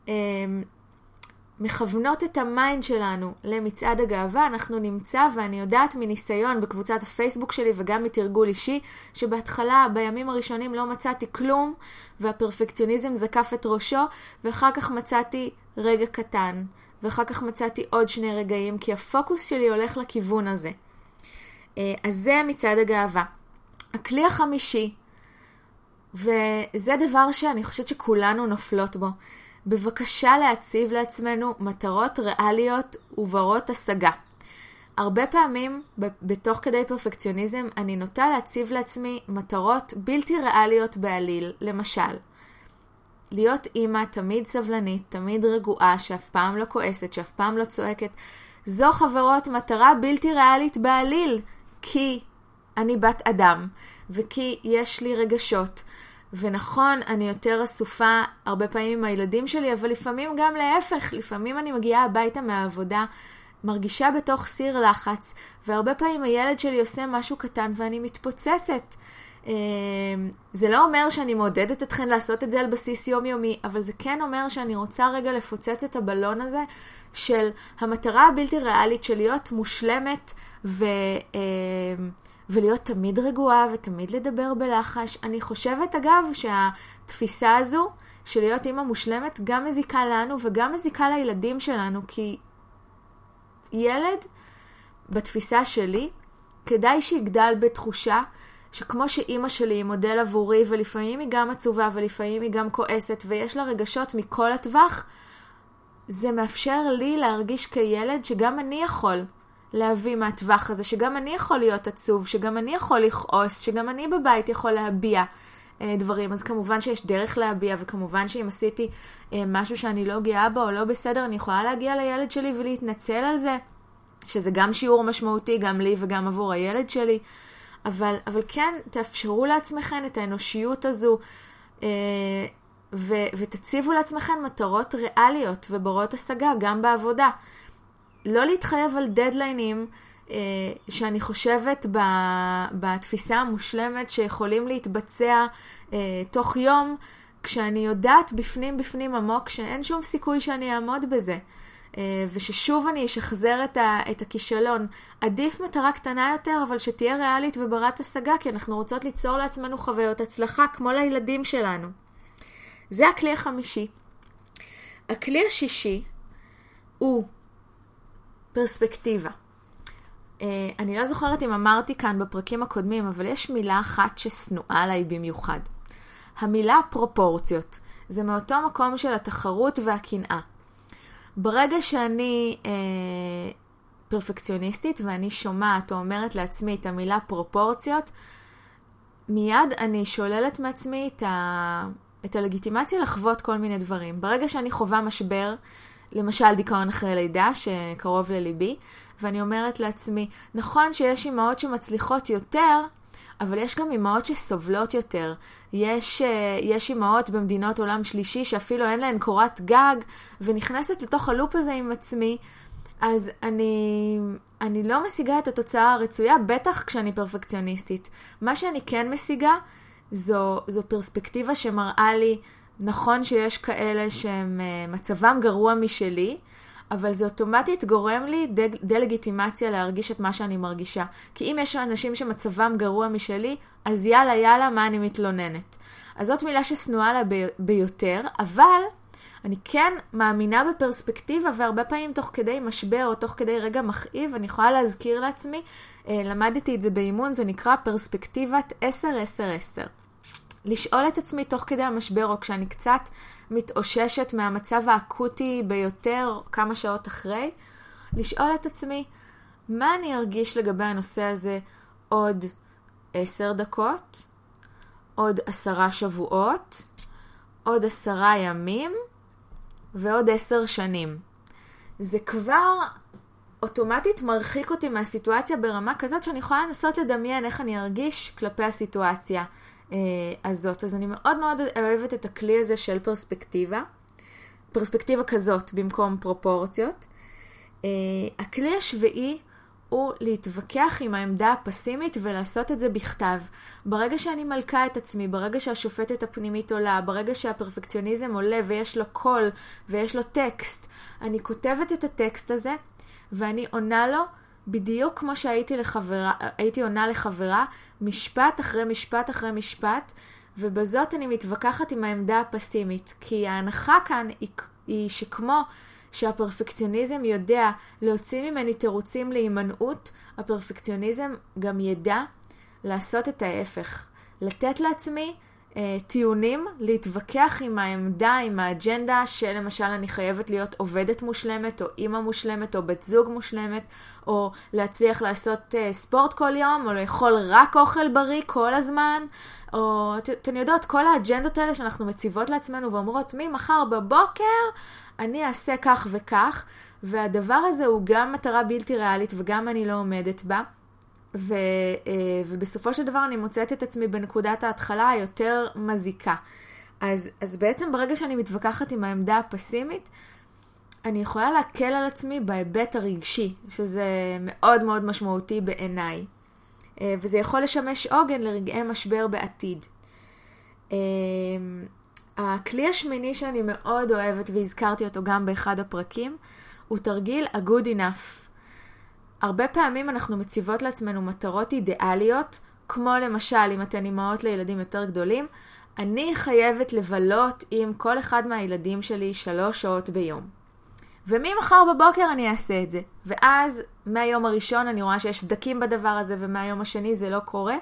מכוונות את המיינד שלנו למצעד הגאווה, אנחנו נמצא, ואני יודעת מניסיון בקבוצת הפייסבוק שלי וגם מתרגול אישי, שבהתחלה בימים הראשונים לא מצאתי כלום, והפרפקציוניזם זקף את ראשו, ואחר כך מצאתי רגע קטן, ואחר כך מצאתי עוד 2 רגעים, כי הפוקוס שלי הולך לכיוון הזה. אז זה מצעד הגאווה. הכלי החמישי, וזה דבר שאני חושבת שכולנו נופלות בו, בבקשה להציב לעצמנו מטרות ריאליות וברות השגה. הרבה פעמים, בתוך כדי פרפקציוניזם, אני נוטה להציב לעצמי מטרות בלתי ריאליות בעליל. למשל, להיות אימא תמיד סבלנית, תמיד רגועה, שאף פעם לא כועסת, שאף פעם לא צועקת. זו, חברות, מטרה בלתי ריאלית בעליל, כי אני בת אדם, וכי יש לי רגשות. ונכון, אני יותר אסופה הרבה פעמים עם הילדים שלי, אבל לפעמים גם להפך. לפעמים אני מגיעה הביתה מהעבודה, מרגישה בתוך סיר לחץ, והרבה פעמים הילד שלי עושה משהו קטן ואני מתפוצצת. זה לא אומר שאני מעודדת אתכן לעשות את זה על בסיס יומיומי, אבל זה כן אומר שאני רוצה רגע לפוצץ את הבלון הזה של המטרה הבלתי ריאלית של להיות מושלמת ולהיות תמיד רגועה ותמיד לדבר בלחש. אני חושבת אגב שהתפיסה הזו של להיות אימא מושלמת גם מזיקה לנו וגם מזיקה לילדים שלנו, כי ילד בתפיסה שלי כדאי שיגדל בתחושה שכמו שאימא שלי היא מודל עבורי, ולפעמים היא גם עצובה ולפעמים היא גם כועסת ויש לה רגשות מכל הטווח, זה מאפשר לי להרגיש כילד שגם אני יכול להביא מהטווח הזה, שגם אני יכול להיות עצוב, שגם אני יכול לכעוס, שגם אני בבית יכול להביע דברים. אז כמובן שיש דרך להביע, וכמובן שאם עשיתי משהו שאני לא גאה בו או לא בסדר, אני יכולה להגיע לילד שלי ולהתנצל על זה, שזה גם שיעור משמעותי, גם לי וגם עבור הילד שלי. אבל כן, תאפשרו לעצמכם את האנושיות הזו, ותציבו לעצמכם מטרות ריאליות וברות השגה, גם בעבודה. לא להתחייב על דדליינים שאני חושבת בתפיסה המושלמת שיכולים להתבצע תוך יום, כשאני יודעת בפנים עמוק שאין שום סיכוי שאני אעמוד בזה. וששוב אני אשחזר את הכישלון. עדיף מטרה קטנה יותר, אבל שתהיה ריאלית וברת השגה, כי אנחנו רוצות ליצור לעצמנו חוויות הצלחה כמו לילדים שלנו. זה הכלי החמישי. הכלי השישי הוא פרספקטיבה. אני לא זוכרת אם אמרתי כאן בפרקים הקודמים, אבל יש מילה אחת שסנועה עליי במיוחד. המילה פרופורציות. זה מאותו מקום של התחרות והקנאה. ברגע שאני פרפקציוניסטית ואני שומעת או אומרת לעצמי את המילה פרופורציות, מיד אני שוללת מעצמי את הלגיטימציה לחוות כל מיני דברים. ברגע שאני חווה משבר, למשל דיכאון אחרי לידה שקרוב לליבי, ואני אומרת לעצמי, נכון שיש אימהות שמצליחות יותר, אבל יש גם אימהות שסובלות יותר. יש אימהות במדינות עולם שלישי שאפילו אין להן קורת גג, ונכנסת לתוך הלופ הזה עם עצמי, אז אני לא משיגה את התוצאה הרצויה, בטח כשאני פרפקציוניסטית. מה שאני כן משיגה, זו פרספקטיבה שמראה לי, נכון שיש כאלה שהם מצבם גרוע משלי, אבל זה אוטומטית גורם לי דלגיטימציה להרגיש את מה שאני מרגישה. כי אם יש אנשים שמצבם גרוע משלי, אז יאללה, מה אני מתלוננת. אז זאת מילה שסנועה לה ביותר, אבל אני כן מאמינה בפרספקטיבה, והרבה פעמים תוך כדי משבר או תוך כדי רגע מכאיב, אני יכולה להזכיר לעצמי, למדתי את זה באימון, זה נקרא פרספקטיבת 10-10-10. לשאול את עצמי תוך כדי המשבר, או כשאני קצת מתאוששת מהמצב האקוטי ביותר, כמה שעות אחרי, לשאול את עצמי, מה אני ארגיש לגבי הנושא הזה עוד 10 דקות, עוד 10 שבועות, עוד 10 ימים, ועוד 10 שנים. זה כבר אוטומטית מרחיק אותי מהסיטואציה ברמה כזאת שאני יכולה לנסות לדמיין איך אני ארגיש כלפי הסיטואציה הזאת. אז אני מאוד מאוד אוהבת את הכלי הזה של פרספקטיבה כזאת במקום פרופורציות. הכלי השביעי הוא להתווכח עם העמדה הפסימית ולעשות את זה בכתב. ברגע שאני מלכה את עצמי, ברגע שהשופטת הפנימית עולה, ברגע שהפרפקציוניזם עולה ויש לו קול ויש לו טקסט, אני כותבת את הטקסט הזה ואני עונה לו בדיוק כמו הייתי עונה לחברה, משפט אחרי משפט אחרי משפט, ובזאת אני מתווכחת עם העמדה הפסימית. כי ההנחה כאן היא שכמו שהפרפקציוניזם יודע להוציא ממני תירוצים להימנעות, הפרפקציוניזם גם ידע לעשות את ההפך. לתת לעצמי טיעונים, להתווכח עם העמדה, עם האג'נדה שלמשל אני חייבת להיות עובדת מושלמת, או אימא מושלמת, או בת זוג מושלמת, או להצליח לעשות ספורט כל יום, או לאכול רק אוכל בריא כל הזמן, או אתן יודעות, כל האג'נדות האלה שאנחנו מציבות לעצמנו ואומרות, ממחר בבוקר אני אעשה כך וכך, והדבר הזה הוא גם מטרה בלתי ריאלית וגם אני לא עומדת בה, ובסופו של דבר אני מוצאת את עצמי בנקודת ההתחלה היותר מזיקה. אז בעצם ברגע שאני מתווכחת עם העמדה הפסימית, אני יכולה להקל על עצמי בהיבט הרגשי, שזה מאוד מאוד משמעותי בעיניי. וזה יכול לשמש עוגן לרגעי משבר בעתיד. הכלי השמיני שאני מאוד אוהבת, והזכרתי אותו גם באחד הפרקים, הוא תרגיל a good enough. הרבה פעמים אנחנו מציבות לעצמנו מטרות אידיאליות, כמו למשל אם אתן אימהות לילדים יותר גדולים, אני חייבת לבלות עם כל אחד מהילדים שלי 3 שעות ביום. וממחר בבוקר אני אעשה את זה. ואז מהיום הראשון אני רואה שיש סדקים בדבר הזה, ומהיום השני זה לא קורה.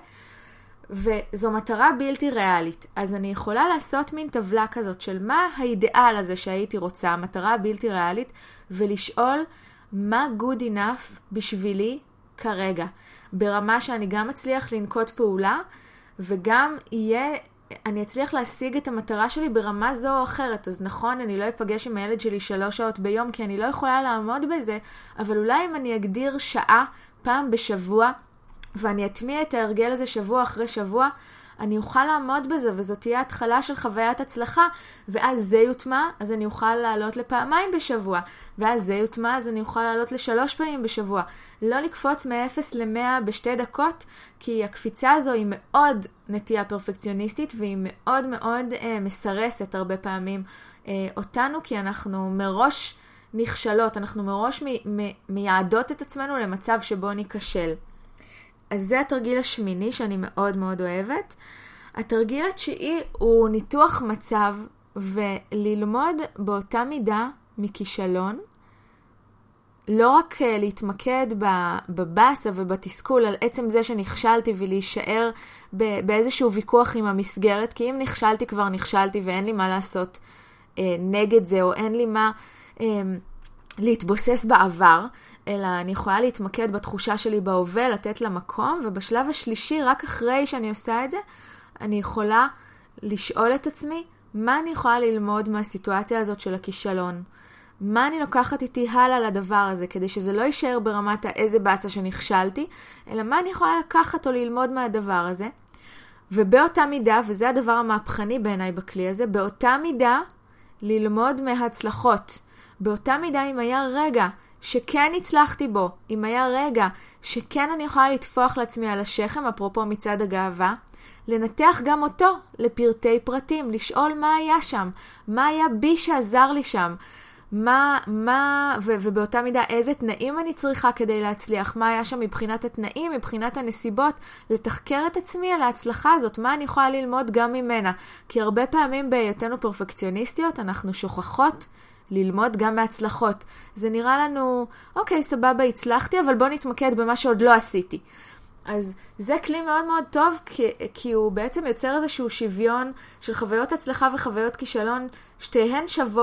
וזו מטרה בלתי ריאלית. אז אני יכולה לעשות מין טבלה כזאת של מה האידיאל הזה שהייתי רוצה, מטרה בלתי ריאלית, ולשאול מה good enough בשבילי כרגע. ברמה שאני גם אצליח לנקוט פעולה, וגם אני אצליח להשיג את המטרה שלי ברמה זו או אחרת. אז נכון, אני לא אפגש עם הילד שלי 3 שעות ביום, כי אני לא יכולה לעמוד בזה, אבל אולי אם אני אגדיר שעה פעם בשבוע, ואני אטמיע את ההרגל הזה שבוע אחרי שבוע, אני אוכל לעמוד בזה, וזאת תהיה התחלה של חוויית הצלחה, ואז זה יוטמע, אז אני אוכל לעלות לפעמיים בשבוע, ואז זה יוטמע, אז אני אוכל לעלות ל3 פעמים בשבוע. לא לקפוץ מ-0 ל-100 ב2 דקות, כי הקפיצה הזו היא מאוד נטייה פרפקציוניסטית, והיא מאוד מאוד מסרסת הרבה פעמים אותנו, כי אנחנו מראש נכשלות, אנחנו מראש מייעדות את עצמנו למצב שבו ניכשל. אז זה התרגיל השמיני שאני מאוד מאוד אוהבת. התרגיל התשיעי הוא ניתוח מצב וללמוד באותה מידה מכישלון. לא רק להתמקד בבאסה ובתסכול על עצם זה שנכשלתי ולהישאר באיזשהו ויכוח עם המסגרת, כי אם נכשלתי כבר נכשלתי ואין לי מה לעשות נגד זה, או אין לי מה להתבוסס בעבר, אלא אני יכולה להתמקד בתחושה שלי בהווה, לתת לה מקום, ובשלב השלישי, רק אחרי שאני עושה את זה, אני יכולה לשאול את עצמי, מה אני יכולה ללמוד מהסיטואציה הזאת של הכישלון? מה אני לוקחת איתי הלאה לדבר הזה, כדי שזה לא יישאר ברמת איזה באסה שנכשלתי, אלא מה אני יכולה לקחת או ללמוד מהדבר הזה? ובאותה מידה, וזה הדבר המהפכני בעיניי בכלי הזה, באותה מידה ללמוד מההצלחות. באותה מידה אם היה רגע שכן הצלחתי בו, אם היה רגע שכן אני יכולה לתפוח לעצמי על השכם, אפרופו מצד הגאווה, לנתח גם אותו לפרטי פרטים, לשאול מה היה שם, מה היה בי שעזר לי שם, ובאותה מידה איזה תנאים אני צריכה כדי להצליח, מה היה שם מבחינת התנאים, מבחינת הנסיבות, לתחקר את עצמי על ההצלחה הזאת, מה אני יכולה ללמוד גם ממנה, כי הרבה פעמים בהיותנו פרפקציוניסטיות אנחנו שוכחות ללמוד גם מהצלחות. זה נראה לנו, אוקיי, סבבה, הצלחתי, אבל בוא נתמקד במה שעוד לא עשיתי. אז זה כלי מאוד מאוד טוב, כי הוא בעצם יוצר איזשהו שוויון של חוויות הצלחה וחוויות כישלון, שתיהן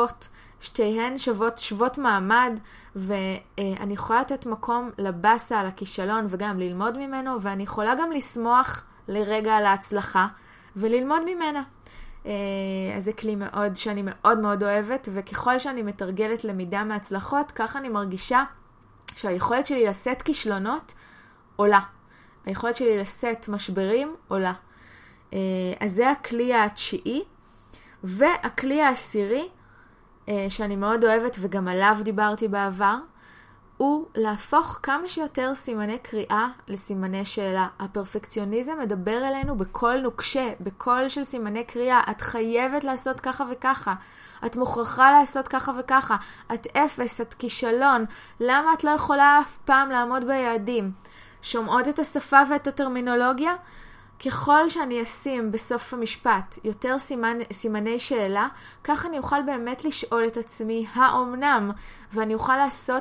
שוות מעמד, ואני יכולה לתת מקום לבאסה על הכישלון וגם ללמוד ממנו, ואני יכולה גם לשמוח לרגע על ההצלחה וללמוד ממנה. אז זה כלי שאני מאוד מאוד אוהבת, וככל שאני מתרגלת למידה מהצלחות, ככה אני מרגישה שהיכולת שלי לשאת כישלונות עולה. היכולת שלי לשאת משברים עולה. אז זה הכלי התשיעי. והכלי העשירי, שאני מאוד אוהבת וגם עליו דיברתי בעבר, הוא להפוך כמה שיותר סימני קריאה לסימני שאלה. הפרפקציוניזם מדבר אלינו בקול נוקשה, בקול של סימני קריאה. את חייבת לעשות ככה וככה. את מוכרחה לעשות ככה וככה. את אפס, את כישלון. למה את לא יכולה אף פעם לעמוד ביעדים? שומעות את השפה ואת הטרמינולוגיה? ככל שאני אשים בסוף המשפט יותר סימני שאלה, כך אני אוכל באמת לשאול את עצמי, האומנם? ואני אוכל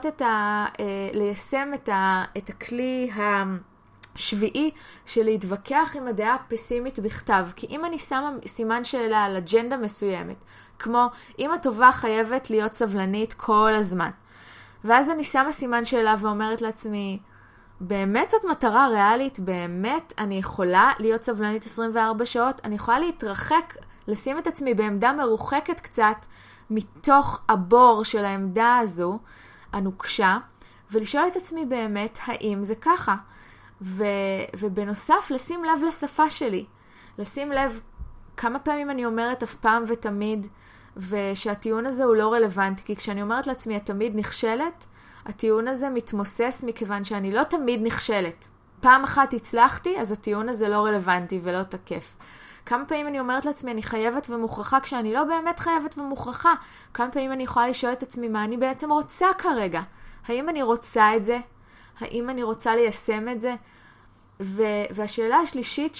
ליישם את הכלי השביעי של להתווכח עם הדעה הפסימית בכתב. כי אם אני שמה סימן שאלה על אג'נדה מסוימת, כמו אם הטובה חייבת להיות סבלנית כל הזמן, ואז אני שמה סימן שאלה ואומרת לעצמי, באמת זאת מטרה ריאלית? באמת אני יכולה להיות סבלנית 24 שעות? אני יכולה להתרחק, לשים את עצמי בעמדה מרוחקת קצת מתוך הבור של העמדה הזו, הנוקשה, ולשאול את עצמי באמת האם זה ככה. ובנוסף לשים לב לשפה שלי. לשים לב כמה פעמים אני אומרת אף פעם ותמיד, ושהטיעון הזה הוא לא רלוונטי. כי כשאני אומרת לעצמי את תמיד נכשלת, הטיעון הזה מתמוסס מכיוון שאני לא תמיד נכשלת. פעם אחת הצלחתי, אז הטיעון הזה לא רלוונטי ולא תקף. כמה פעמים אני אומרת לעצמי, אני חייבת ומוכרחה, כשאני לא באמת חייבת ומוכרחה. כמה פעמים אני יכולה לשאול את עצמי, מה אני בעצם רוצה כרגע? האם אני רוצה את זה? האם אני רוצה ליישם את זה? והשאלה השלישית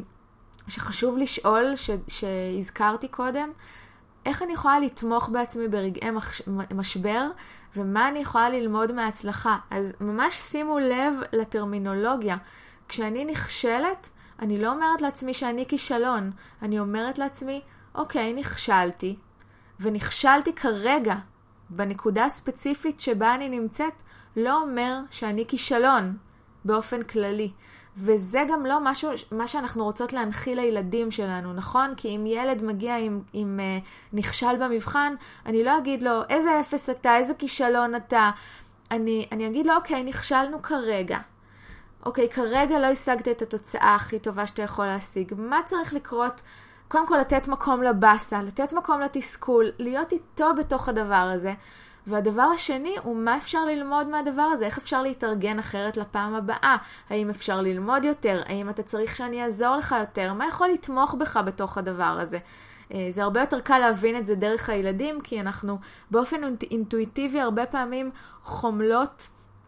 שחשוב לשאול, שהזכרתי קודם, איך אני יכולה לתמוך בעצמי ברגעי משבר, ומה אני יכולה ללמוד מההצלחה. אז ממש שימו לב לטרמינולוגיה. כשאני נכשלת, אני לא אומרת לעצמי שאני כישלון. אני אומרת לעצמי, אוקיי, נכשלתי, ונכשלתי כרגע, בנקודה הספציפית שבה אני נמצאת, לא אומר שאני כישלון באופן כללי. וזה גם לא מה שאנחנו רוצות להנחיל לילדים שלנו, נכון? כי אם ילד מגיע עם נכשל במבחן, אני לא אגיד לו, איזה אפס אתה, איזה כישלון אתה. אני אגיד לו, אוקיי, נכשלנו כרגע. אוקיי, כרגע לא השגת את התוצאה הכי טובה שאתה יכול להשיג. מה צריך לקרות? קודם כל, לתת מקום לבאסה, לתת מקום לתסכול, להיות איתו בתוך הדבר הזה. והדבר השני הוא מה אפשר ללמוד מהדבר הזה, איך אפשר להתארגן אחרת לפעם הבאה, האם אפשר ללמוד יותר, האם אתה צריך שאני אעזור לך יותר, מה יכול לתמוך בך בתוך הדבר הזה. זה הרבה יותר קל להבין את זה דרך הילדים, כי אנחנו באופן אינטואיטיבי הרבה פעמים חומלות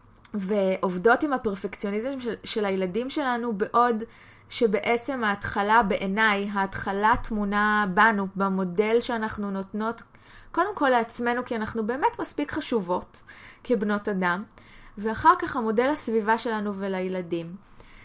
ועובדות עם הפרפקציוניזם של הילדים שלנו, בעוד שבעצם ההתחלה בעיניי, ההתחלה תמונה בנו, במודל שאנחנו נותנות, קודם כל לעצמנו, כי אנחנו באמת מספיק חשובות כבנות אדם, ואחר כך המודל הסביבה שלנו ולילדים.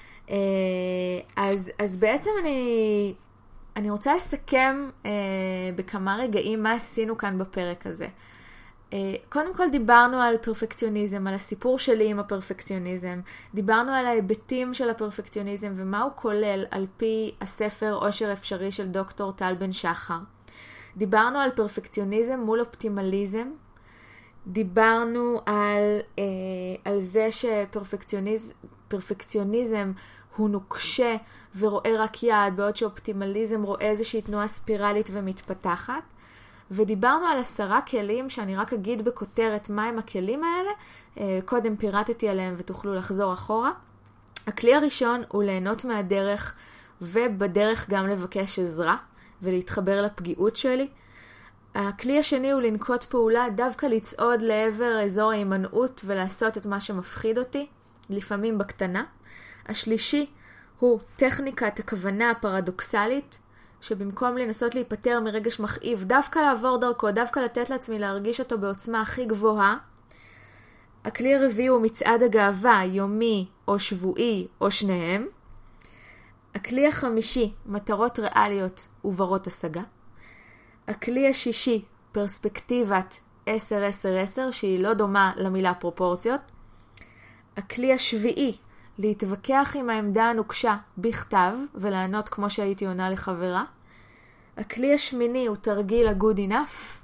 אז בעצם אני רוצה לסכם בכמה רגעים מה עשינו כאן בפרק הזה. קודם כל דיברנו על פרפקציוניזם, על הסיפור שלי עם הפרפקציוניזם, דיברנו על ההיבטים של הפרפקציוניזם ומה הוא כולל על פי הספר עושר אפשרי של דוקטור טל בן שחר. דיברנו על פרפקציוניזם מול אופטימליזם, דיברנו על זה שפרפקציוניזם הוא נוקשה ורואה רק יעד, בעוד שאופטימליזם רואה איזושהי תנועה ספירלית ומתפתחת. ודיברנו על 10 כלים שאני רק אגיד בכותרת מה הם הכלים האלה. קודם פירטתי עליהם ותוכלו לחזור אחורה. הכלי הראשון הוא ליהנות מהדרך ובדרך גם לבקש עזרה ולהתחבר לפגיעות שלי. הכלי השני הוא לנקוט פעולה, דווקא לצעוד לעבר אזור ההימנעות ולעשות את מה שמפחיד אותי, לפעמים בקטנה. השלישי הוא טכניקת הכוונה הפרדוקסלית, שבמקום לנסות להיפטר מרגש מכאיב, דווקא לעבור דרכו, דווקא לתת לעצמי להרגיש אותו בעוצמה הכי גבוהה. הכלי הרביעי הוא מצעד הגאווה, יומי או שבועי או שניהם. הכלי החמישי, מטרות ריאליות וברות השגה. הכלי השישי, פרספקטיבת 10-10-10, שהיא לא דומה למילה פרופורציות. הכלי השביעי, להתווכח עם העמדה הנוקשה בכתב ולענות כמו שהייתי עונה לחברה. הכלי השמיני הוא תרגיל ה-good enough.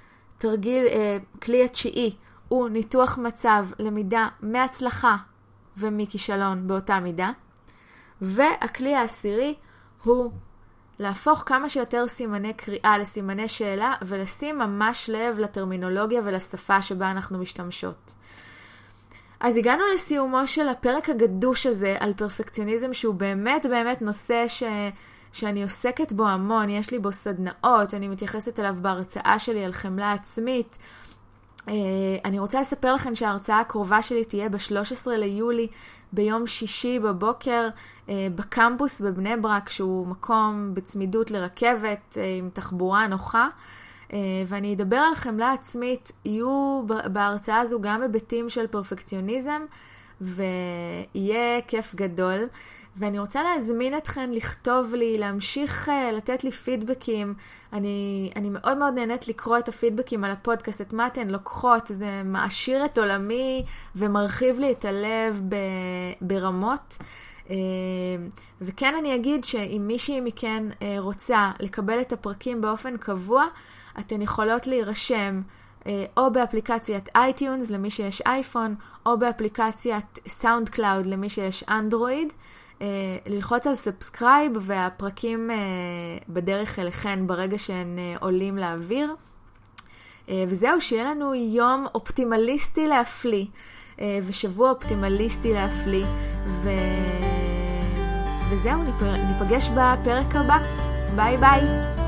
כלי התשיעי הוא ניתוח מצב, למידה מהצלחה ומכישלון באותה מידה. והכלי העשירי הוא להפוך כמה שיותר סימני קריאה לסימני שאלה, ולשים ממש לב לטרמינולוגיה ולשפה שבה אנחנו משתמשות. אז הגענו לסיומו של הפרק הגדוש הזה על פרפקציוניזם, שהוא באמת באמת נושא שאני עוסקת בו המון, יש לי בו סדנאות, אני מתייחסת אליו בהרצאה שלי על חמלה עצמית. אני רוצה לספר לכם שההרצאה הקרובה שלי תהיה ב-13 ליולי, ביום שישי בבוקר, בקמפוס בבני ברק, שהוא מקום בצמידות לרכבת, עם תחבורה נוחה. ואני אדבר על חמלה עצמית. יהיו בהרצאה הזו גם היבטים של פרפקציוניזם, ויהיה כיף גדול. ואני רוצה להזמין אתכן לכתוב לי, להמשיך לתת לי פידבקים. אני מאוד מאוד נהנית לקרוא את הפידבקים על הפודקאסט, את מה אתן לוקחות, זה מעשיר את עולמי ומרחיב לי את הלב ברמות. וכן אני אגיד שאם מישהי מכן רוצה לקבל את הפרקים באופן קבוע, אתן יכולות להירשם או באפליקציית iTunes למי שיש אייפון, או באפליקציית SoundCloud למי שיש אנדרואיד, ללחוץ על סאבסקרייב והפרקים בדרך אליכן ברגע שהן עולים לאוויר. וזהו, שיהיה לנו יום אופטימליסטי להפליא, ושבוע אופטימליסטי להפליא, וזהו, ניפגש בפרק הבא. ביי ביי.